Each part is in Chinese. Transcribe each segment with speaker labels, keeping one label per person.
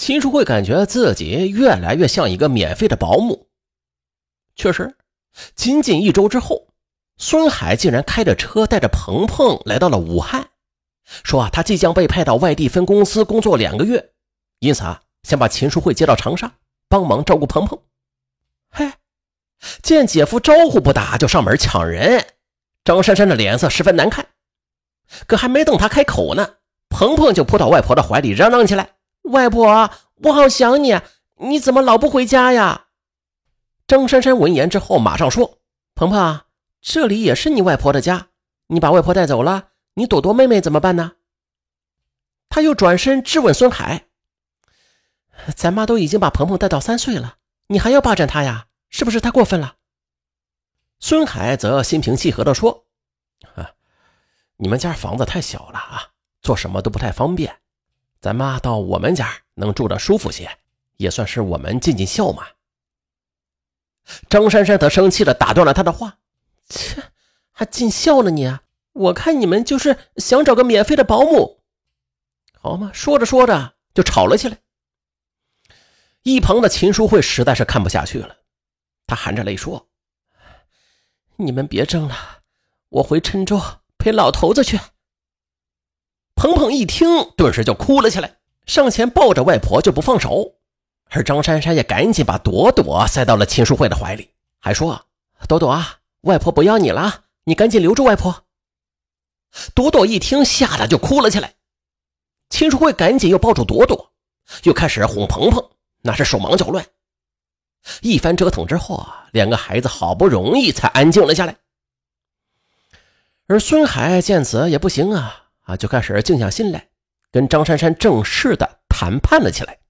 Speaker 1: 秦淑慧感觉自己越来越像一个免费的保姆。确实，仅仅1周之后，孙海竟然开着车带着鹏鹏来到了武汉，说他即将被派到外地分公司工作2个月，因此想把秦淑慧接到长沙帮忙照顾鹏鹏。嘿，见姐夫招呼不打就上门抢人，张珊珊的脸色十分难看。可还没等他开口呢，鹏鹏就扑到外婆的怀里嚷嚷起来：外婆，我好想你，你怎么老不回家呀？张珊珊闻言之后马上说：鹏鹏，这里也是你外婆的家，你把外婆带走了，你朵朵妹妹怎么办呢？他又转身质问孙海：咱妈都已经把鹏鹏带到3岁了，你还要霸占他呀？是不是太过分了？孙海则心平气和地说：你们家房子太小了啊，做什么都不太方便，咱妈到我们家能住得舒服些，也算是我们尽尽孝嘛。张珊珊则生气地打断了他的话：切，还尽孝呢你啊？我看你们就是想找个免费的保姆。好嘛，说着说着就吵了起来。一旁的秦淑慧实在是看不下去了，她含着泪说：你们别争了，我回郴州陪老头子去。鹏鹏一听顿时就哭了起来，上前抱着外婆就不放手，而张珊珊也赶紧把朵朵塞到了秦淑慧的怀里，还说：朵朵啊，外婆不要你了，你赶紧留住外婆。朵朵一听吓得就哭了起来，秦淑慧赶紧又抱住朵朵，又开始哄鹏鹏，那是手忙脚乱。一番折腾之后2个孩子好不容易才安静了下来。而孙海见此也不行就开始静下心来，跟张珊珊正式的谈判了起来。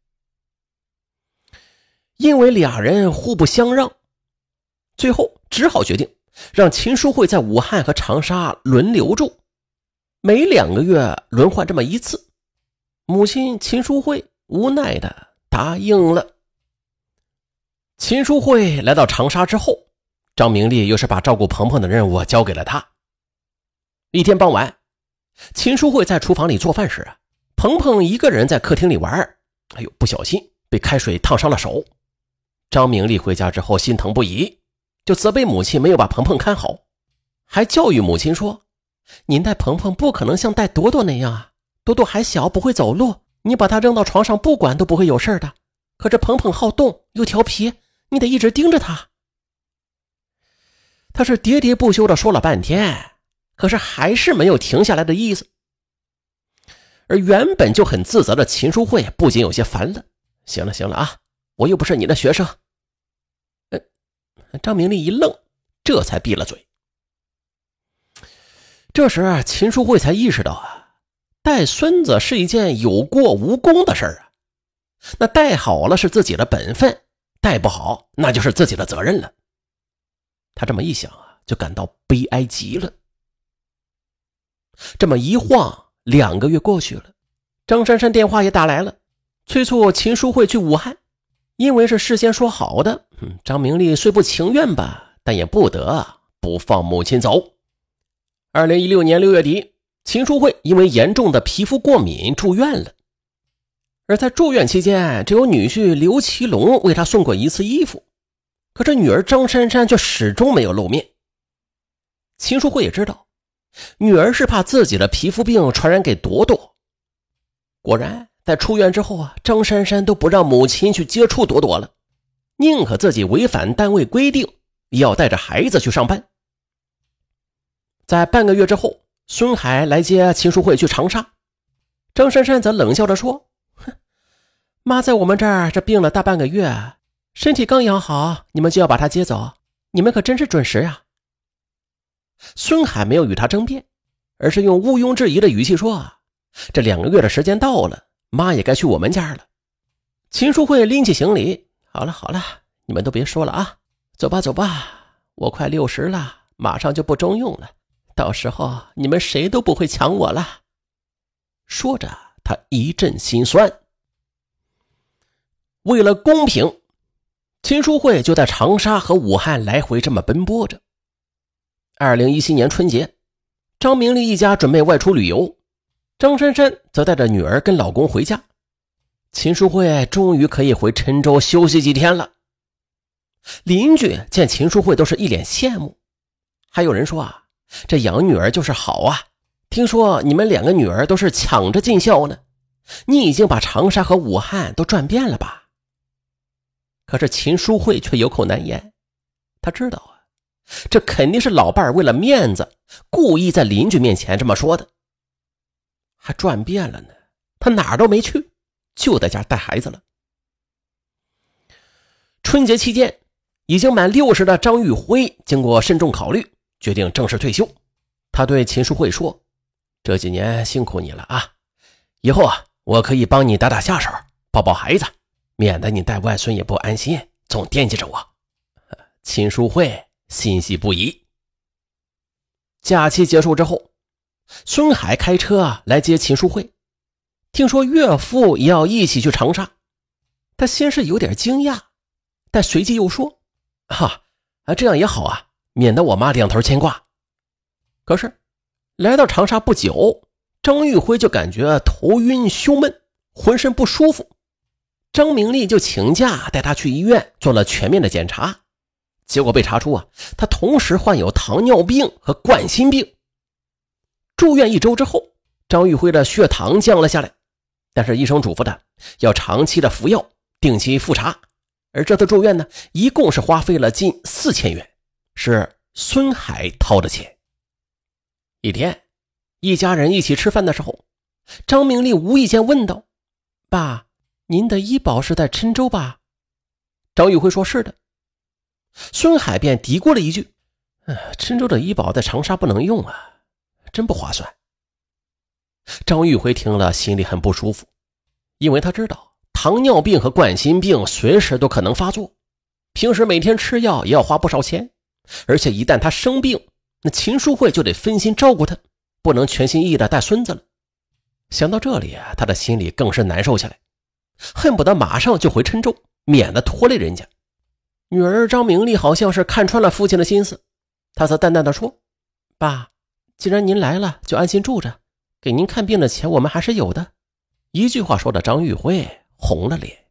Speaker 1: 因为俩人互不相让，最后只好决定让秦淑慧在武汉和长沙轮流住，每2个月轮换这么1次。母亲秦淑慧无奈的答应了。秦淑慧来到长沙之后，张明丽又是把照顾鹏鹏的任务交给了他。一天傍晚，秦淑慧在厨房里做饭时，鹏鹏一个人在客厅里玩，不小心被开水烫伤了手。张明丽回家之后心疼不已，就责备母亲没有把鹏鹏看好，还教育母亲说：您带鹏鹏不可能像带朵朵那样朵朵还小不会走路，你把他扔到床上不管都不会有事的，可这鹏鹏好动又调皮，你得一直盯着他。他是喋喋不休地说了半天，可是还是没有停下来的意思。而原本就很自责的秦淑慧不仅有些烦了：行了我又不是你的学生。张明丽一愣，这才闭了嘴。这时秦淑慧才意识到带孙子是一件有过无功的事儿那带好了是自己的本分，带不好那就是自己的责任了。他这么一想就感到悲哀极了。这么一晃2个月过去了，张珊珊电话也打来了，催促秦淑慧去武汉。因为是事先说好的，张明丽虽不情愿吧，但也不得不放母亲走。2016年6月底，秦淑慧因为严重的皮肤过敏住院了。而在住院期间，只有女婿刘奇龙为她送过1次衣服，可这女儿张珊珊却始终没有露面。秦淑慧也知道，女儿是怕自己的皮肤病传染给朵朵。果然在出院之后张珊珊都不让母亲去接触朵朵了，宁可自己违反单位规定，也要带着孩子去上班。在半个月之后，孙海来接秦淑慧去长沙，张珊珊则冷笑着说：妈在我们这儿病了大半个月，身体刚养好，你们就要把她接走，你们可真是准时呀。孙海没有与他争辩，而是用毋庸置疑的语气说：这2个月的时间到了，妈也该去我们家了。秦淑慧拎起行李：好了，你们都别说了走吧，我快60了，马上就不中用了，到时候你们谁都不会抢我了。说着他一阵心酸。为了公平，秦淑慧就在长沙和武汉来回这么奔波着。2017年春节，张明丽一家准备外出旅游，张珊珊则带着女儿跟老公回家。 秦淑慧终于可以回郴州休息几天了。邻居见秦淑慧都是一脸羡慕，还有人说啊，这养女儿就是好啊，听说你们2个女儿都是抢着进校呢，你已经把长沙和武汉都转遍了吧？可是秦淑慧却有口难言，她知道啊，这肯定是老伴儿为了面子故意在邻居面前这么说的。还转遍了呢，她哪儿都没去，就在家带孩子了。春节期间，已经满60的张玉辉经过慎重考虑，决定正式退休。他对秦淑慧说，这几年辛苦你了啊，以后啊，我可以帮你打打下手，抱抱孩子，免得你带外孙也不安心，总惦记着我。秦淑慧欣喜不已。假期结束之后，孙海开车来接秦淑慧，听说岳父也要一起去长沙，他先是有点惊讶，但随即又说，这样也好啊，免得我妈两头牵挂。可是来到长沙不久，张玉辉就感觉头晕胸闷，浑身不舒服。张明丽就请假带他去医院做了全面的检查，结果被查出他同时患有糖尿病和冠心病。住院1周之后，张玉辉的血糖降了下来，但是医生嘱咐他要长期的服药，定期复查。而这次住院呢，一共是花费了近4000元，是孙海掏的钱。一天，一家人一起吃饭的时候，张明丽无意间问道，爸，您的医保是在郴州吧？张玉辉说是的。孙海便嘀咕了一句，郴州的医保在长沙不能用啊，真不划算。张玉辉听了心里很不舒服，因为他知道糖尿病和冠心病随时都可能发作，平时每天吃药也要花不少钱，而且一旦他生病，那秦淑慧就得分心照顾他，不能全心一意的带孙子了。想到这里他的心里更是难受起来，恨不得马上就回郴州，免得拖累人家。女儿张明丽好像是看穿了父亲的心思，她则淡淡的说，爸，既然您来了，就安心住着，给您看病的钱我们还是有的。一句话说的张玉辉红了脸。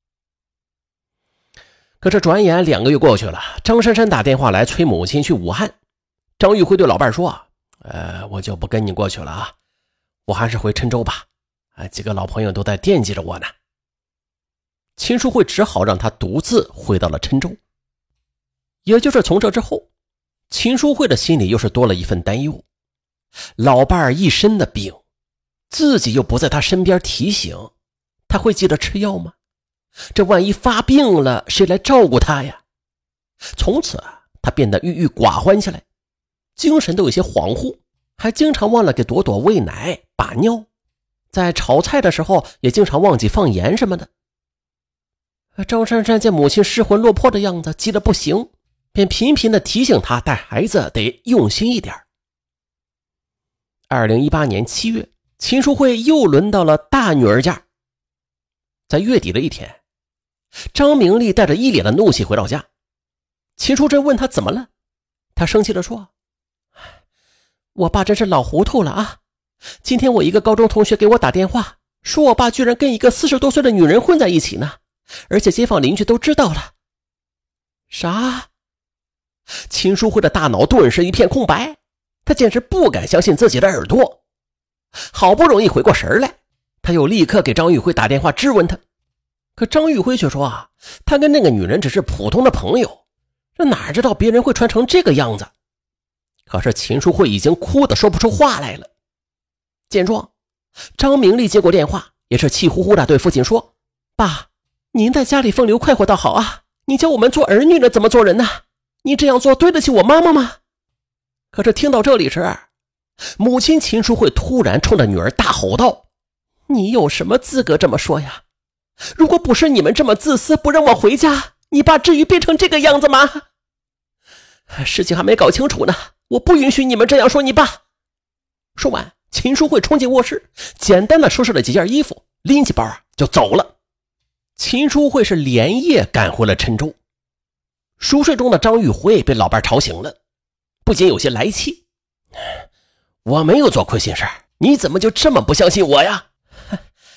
Speaker 1: 可这转眼2个月过去了，张珊珊打电话来催母亲去武汉。张玉辉对老伴说，我就不跟你过去了啊，我还是回郴州吧，几个老朋友都在惦记着我呢。秦淑慧只好让他独自回到了郴州。也就是从这之后，秦淑慧的心里又是多了一份担忧。老伴一身的病，自己又不在他身边提醒，他会记得吃药吗？这万一发病了，谁来照顾他呀？从此他变得郁郁寡欢起来，精神都有些恍惚，还经常忘了给朵朵喂奶把尿，在炒菜的时候也经常忘记放盐什么的。张珊珊见母亲失魂落魄的样子，急得不行，便频频地提醒她带孩子得用心一点。2018年7月，秦淑慧又轮到了大女儿家。在月底的一天，张明丽带着一脸的怒气回到家。秦淑珍问她怎么了，她生气地说，我爸真是老糊涂了啊！今天我一个高中同学给我打电话，说我爸居然跟一个40多岁的女人混在一起呢，而且街坊邻居都知道了。啥？秦淑慧的大脑顿时一片空白，她简直不敢相信自己的耳朵。好不容易回过神来，她又立刻给张玉辉打电话质问他。可张玉辉却说他跟那个女人只是普通的朋友，这哪知道别人会穿成这个样子。可是秦淑慧已经哭得说不出话来了。见状，张明丽接过电话，也是气呼呼地对父亲说，爸，您在家里风流快活倒好啊，你教我们做儿女的怎么做人呢？你这样做对得起我妈妈吗？可是听到这里时，母亲秦淑慧突然冲着女儿大吼道，你有什么资格这么说呀？如果不是你们这么自私不让我回家，你爸至于变成这个样子吗？事情还没搞清楚呢，我不允许你们这样说你爸。说完，秦淑慧冲进卧室，简单的收拾了几件衣服，拎起包就走了。秦淑慧是连夜赶回了郴州。熟睡中的张玉辉被老伴吵醒了，不仅有些来气，我没有做亏心事，你怎么就这么不相信我呀？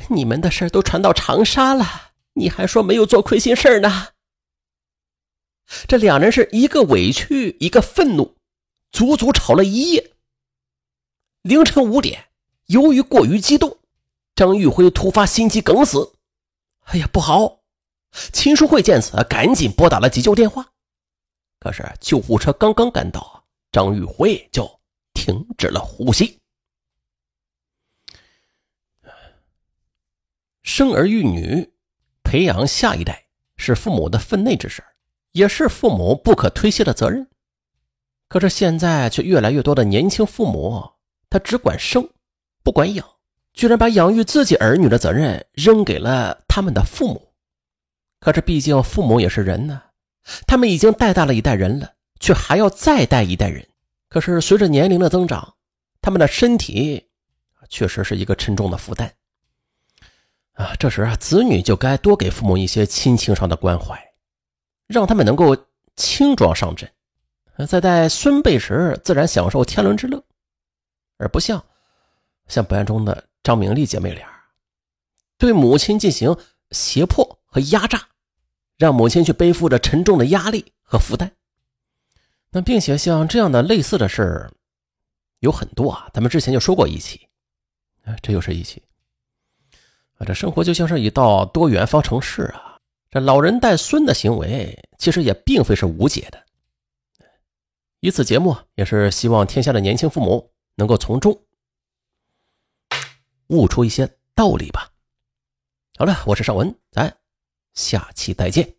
Speaker 1: 你们的事都传到长沙了，你还说没有做亏心事呢。这两人是一个委屈一个愤怒，足足吵了一夜。凌晨5点，由于过于激动，张玉辉突发心肌梗死。哎呀，不好！秦淑慧见此，赶紧拨打了急救电话。可是救护车刚刚赶到，张玉辉就停止了呼吸。生儿育女，培养下一代是父母的分内之事，也是父母不可推卸的责任。可是现在却越来越多的年轻父母，他只管生不管养，居然把养育自己儿女的责任扔给了他们的父母。可是毕竟父母也是人呢，他们已经带大了一代人了，却还要再带一代人。可是随着年龄的增长，他们的身体确实是一个沉重的负担这时子女就该多给父母一些亲情上的关怀，让他们能够轻装上阵，在带孙辈时自然享受天伦之乐，而不像本案中的张明丽姐妹俩，对母亲进行胁迫和压榨，让母亲去背负着沉重的压力和负担。那并且像这样的类似的事有很多咱们之前就说过一期这又是一期这生活就像是一道多元方程式这老人带孙的行为其实也并非是无解的。以此节目也是希望天下的年轻父母能够从中悟出一些道理吧。好了，我是尚文，咱下期再见。